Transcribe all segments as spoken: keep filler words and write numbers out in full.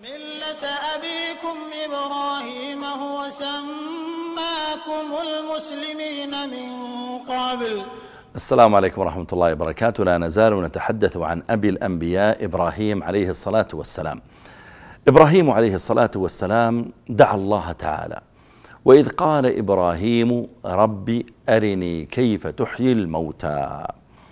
ملة أبيكم إبراهيم هو سماكم المسلمين من قبل. السلام عليكم ورحمة الله وبركاته. لا نزال نتحدث عن أبي الأنبياء إبراهيم عليه الصلاة والسلام. إبراهيم عليه الصلاة والسلام دعا الله تعالى، وإذ قال إبراهيم ربي أرني كيف تحيي الموتى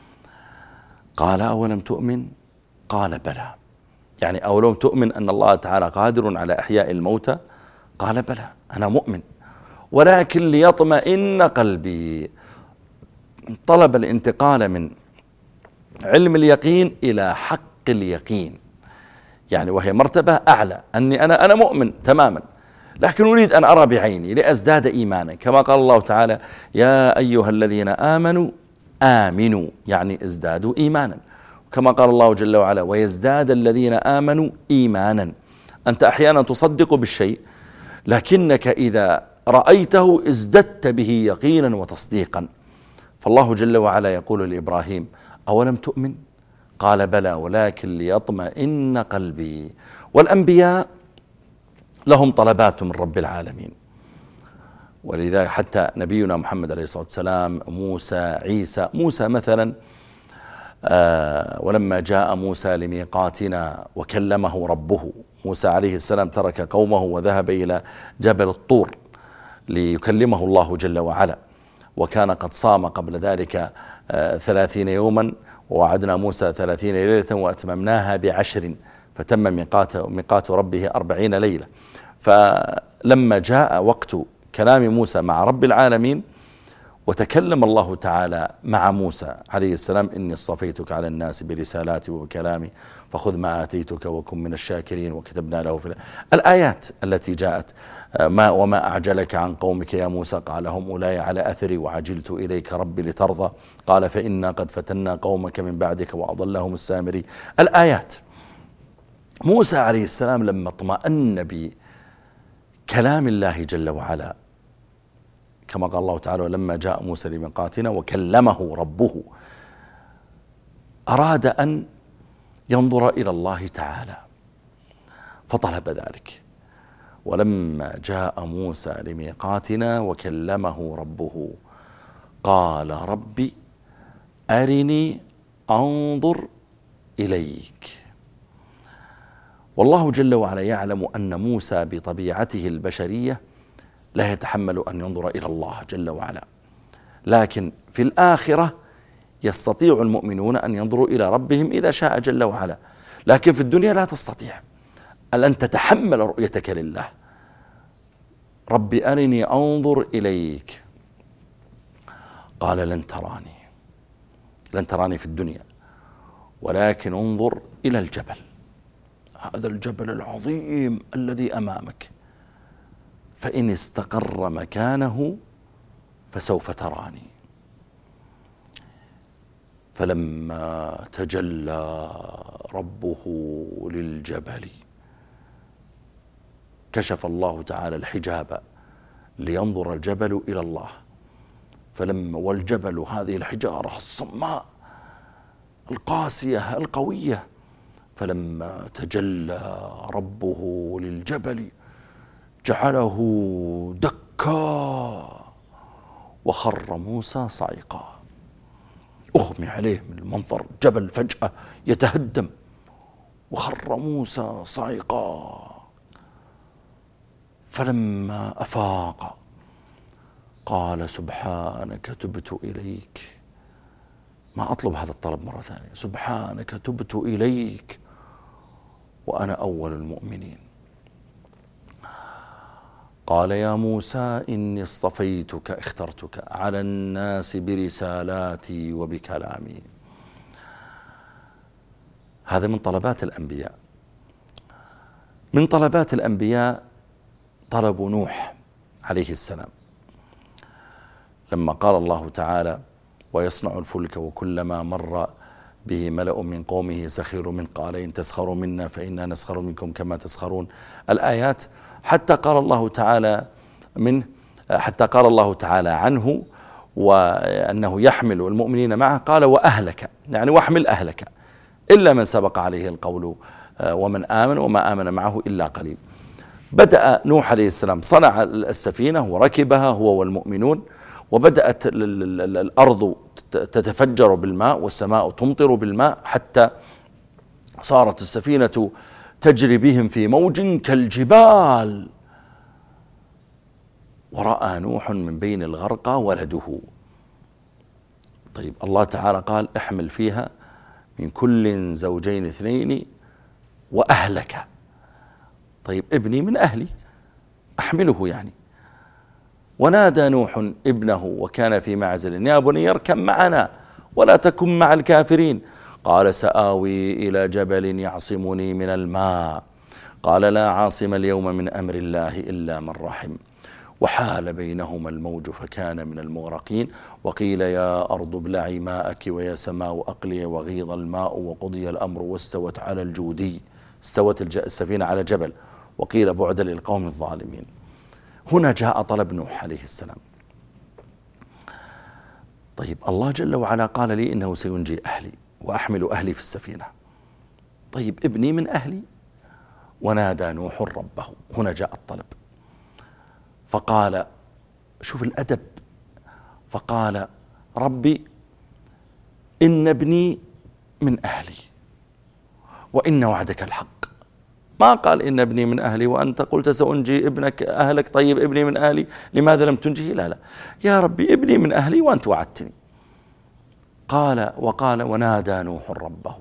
قال أولم تؤمن قال بلى، يعني أولم تؤمن أن الله تعالى قادر على إحياء الموتى قال بلى أنا مؤمن، ولكن ليطمئن قلبي. طلب الانتقال من علم اليقين إلى حق اليقين، يعني وهي مرتبة أعلى، أني أنا أنا مؤمن تماما، لكن أريد أن أرى بعيني لأزداد إيمانا، كما قال الله تعالى يا أيها الذين آمنوا آمنوا، يعني ازدادوا إيمانا، كما قال الله جل وعلا ويزداد الذين آمنوا إيمانا. أنت أحيانا تصدق بالشيء، لكنك إذا رأيته ازددت به يقينا وتصديقا. فالله جل وعلا يقول لإبراهيم أولم تؤمن قال بلى ولكن ليطمئن قلبي. والأنبياء لهم طلبات من رب العالمين، ولذا حتى نبينا محمد عليه الصلاة والسلام، موسى، عيسى. موسى مثلا آه ولما جاء موسى لميقاتنا وكلمه ربه، موسى عليه السلام ترك قومه وذهب إلى جبل الطور ليكلمه الله جل وعلا، وكان قد صام قبل ذلك آه ثلاثين يوما، ووعدنا موسى ثلاثين ليلة وأتممناها بعشر فتم ميقات, ميقات ربه أربعين ليلة. فلما جاء وقت كلام موسى مع رب العالمين وتكلم الله تعالى مع موسى عليه السلام إني اصطفيتك على الناس برسالاتي وبكلامي فخذ ما آتيتك وكن من الشاكرين، وكتبنا له في الآيات التي جاءت ما وما أعجلك عن قومك يا موسى قال هم أولاي على أثري وعجلت إليك ربي لترضى قال فإنا قد فتنا قومك من بعدك وأضلهم السامري. الآيات. موسى عليه السلام لما اطمأن بكلام الله جل وعلا، كما قال الله تعالى ولما جاء موسى لميقاتنا وكلمه ربه، أراد أن ينظر إلى الله تعالى فطلب ذلك. ولما جاء موسى لميقاتنا وكلمه ربه قال ربي أرني أنظر إليك. والله جل وعلا يعلم أن موسى بطبيعته البشرية لا يتحمل أن ينظر إلى الله جل وعلا، لكن في الآخرة يستطيع المؤمنون أن ينظروا إلى ربهم إذا شاء جل وعلا، لكن في الدنيا لا تستطيع أن تتحمل رؤيتك لله. ربي أرني أنظر إليك قال لن تراني، لن تراني في الدنيا، ولكن انظر إلى الجبل، هذا الجبل العظيم الذي أمامك، فإن استقر مكانه فسوف تراني. فلما تجلى ربه للجبل كشف الله تعالى الحجاب لينظر الجبل إلى الله، فلما والجبل هذه الحجارة الصماء القاسية القوية، فلما تجلى ربه للجبل جعله دكا وخر موسى صعقا. أغمي عليه من المنظر، جبل فجأة يتهدم، وخر موسى صعقا. فلما أفاق قال سبحانك تبت إليك، ما أطلب هذا الطلب مرة ثانية، سبحانك تبت إليك وأنا أول المؤمنين. قال يا موسى إني اصطفيتك اخترتك على الناس برسالاتي وبكلامي. هذا من طلبات الأنبياء. من طلبات الأنبياء طلب نوح عليه السلام، لما قال الله تعالى ويصنع الفلك وكلما مر به ملأ من قومه سخروا منه قال إن تسخروا منا فإنا نسخر منكم كما تسخرون. الآيات. حتى قال الله تعالى منه حتى قال الله تعالى عنه وأنه يحمل المؤمنين معه، قال وأهلك، يعني واحمل أهلك إلا من سبق عليه القول ومن آمن وما آمن معه إلا قليل. بدأ نوح عليه السلام صنع السفينة وركبها هو والمؤمنون، وبدأت الأرض تتفجر بالماء والسماء تمطر بالماء حتى صارت السفينة تجري بهم في موج كالجبال. ورأى نوح من بين الغرقى ولده. طيب الله تعالى قال احمل فيها من كل زوجين اثنين وأهلك. طيب ابني من أهلي، أحمله يعني. ونادى نوح ابنه وكان في معزل يا بني اركب معنا ولا تكن مع الكافرين. قال سآوي إلى جبل يعصمني من الماء. قال لا عاصم اليوم من أمر الله إلا من رحم. وحال بينهما الموج فكان من المغرقين. وقيل يا أرض ابلعي ماءك ويا سماء أقلي وغيض الماء وقضي الأمر واستوت على الجودي. استوت السفينة على جبل. وقيل بعدا للقوم الظالمين. هنا جاء طلب نوح عليه السلام. طيب الله جل وعلا قال لي إنه سينجي أهلي وأحمل أهلي في السفينة. طيب ابني من أهلي. ونادى نوح ربه. هنا جاء الطلب فقال، شوف الأدب، فقال ربي إن ابني من أهلي وإن وعدك الحق. ما قال إن ابني من أهلي وأنت قلت سأنجي ابنك أهلك. طيب ابني من أهلي لماذا لم تنجيه؟ لا لا يا ربي ابني من أهلي وأنت وعدتني. قال وقال ونادى نوح ربه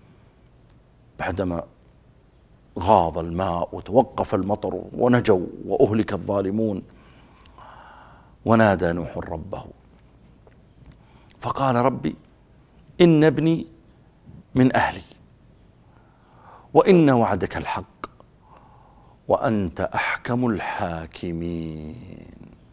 بعدما غاض الماء وتوقف المطر ونجوا وأهلك الظالمون. ونادى نوح ربه فقال ربي إن ابني من أهلي وإن وعدك الحق وأنت أحكم الحاكمين.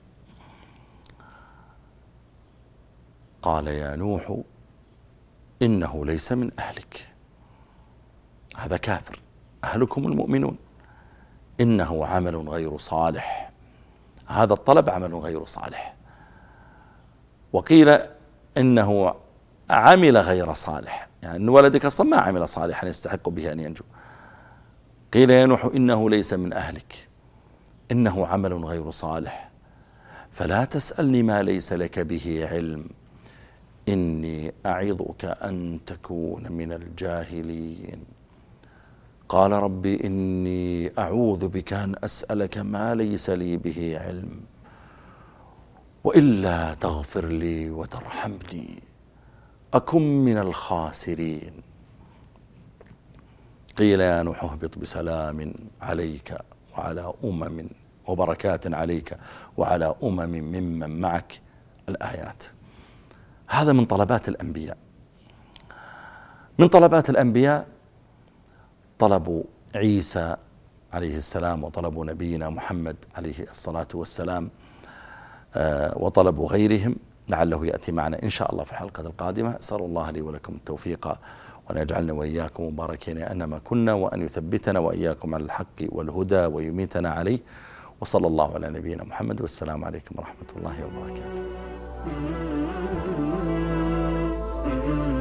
قال يا نوح إنه ليس من أهلك، هذا كافر، أهلكم المؤمنون، إنه عمل غير صالح. هذا الطلب عمل غير صالح. وقيل إنه عمل غير صالح، يعني أن ولدك أصلا ما عمل صالحا يستحق به أن ينجو. قيل يا نوح إنه ليس من أهلك إنه عمل غير صالح فلا تسألني ما ليس لك به علم إني أعظك أن تكون من الجاهلين. قال ربي إني أعوذ بك أن أسألك ما ليس لي به علم وإلا تغفر لي وترحمني أكن من الخاسرين. قيل يا نوح اهبط بسلام عليك وعلى أمم وبركات عليك وعلى أمم ممن معك. الآيات. هذا من طلبات الأنبياء. من طلبات الأنبياء طلب عيسى عليه السلام وطلب نبينا محمد عليه الصلاة والسلام وطلب غيرهم، لعله يأتي معنا إن شاء الله في الحلقة القادمة. أسأل الله لي ولكم التوفيق وأن يجعلنا وإياكم مباركين أنما كنا، وأن يثبتنا وإياكم على الحق والهدى ويميتنا عليه. وصلى الله على نبينا محمد، والسلام عليكم ورحمة الله وبركاته.